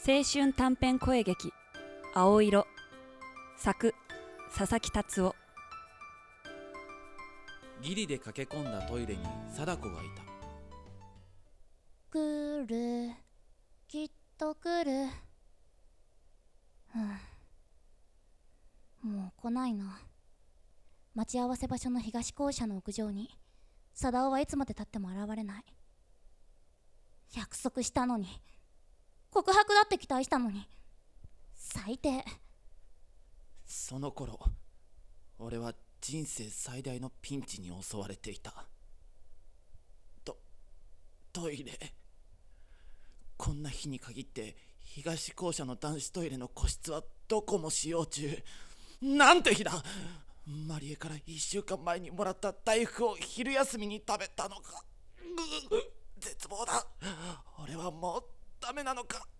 青春短編声劇「青色」作佐々木達夫。 ギリで駆け込んだトイレに貞子がいた。 来る、きっと来る。もう来ないな。待ち合わせ場所の東校舎の屋上に貞夫はいつまでたっても現れない。約束したのに、告白だって期待したのに、最低。 その頃俺は人生最大のピンチに襲われていた。トイレ。こんな日に限って東校舎の男子トイレの個室はどこも使用中。なんて日だ。マリエから1週間前にもらった大福を昼休みに食べたのか。絶望だ。俺はもうダメなのか。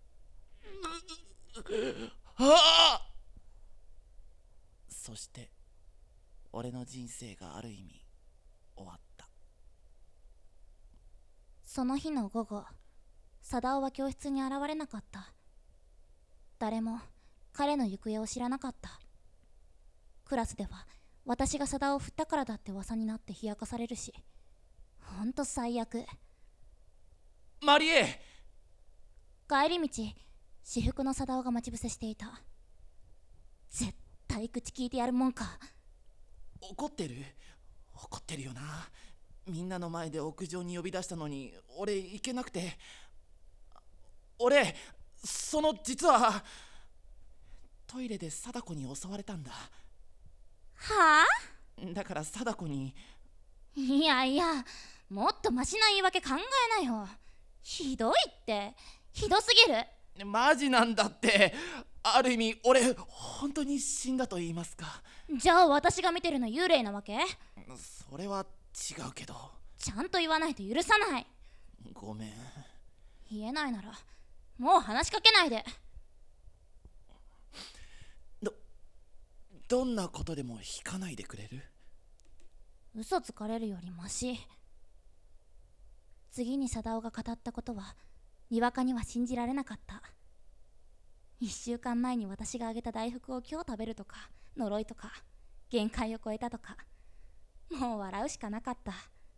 そして俺の人生がある意味終わった。 その日の午後、貞夫は教室に現れなかった。誰も彼の行方を知らなかった。クラスでは私が貞夫を振ったからだって噂になって冷やかされるし、ほんと最悪。 マリエ。 帰り道、私服の貞夫が待ち伏せしていた。絶対口聞いてやるもんか。 怒ってるよな。みんなの前で屋上に呼び出したのに俺行けなくて。俺実はトイレで貞子に襲われたんだ。 はあ？ だから貞子に。 いやいや、もっとマシな言い訳考えなよ。ひどいって、ひどすぎる。 マジなんだって。ある意味俺本当に死んだと言いますか。 じゃあ私が見てるの幽霊なわけ？ それは違うけど。 ちゃんと言わないと許さない。 ごめん。 言えないならもう話しかけないで。 どんなことでも引かないでくれる？ 嘘つかれるよりマシ。次に貞夫が語ったことはにわかには信じられなかった。1週間前に私があげた大福を今日食べるとか、呪いとか、限界を超えたとか、もう笑うしかなかった。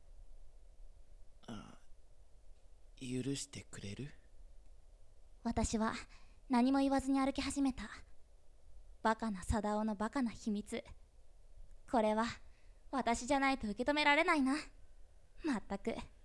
許してくれる？ 私は何も言わずに歩き始めた。バカな貞夫のバカな秘密。これは私じゃないと受け止められないな。まったく。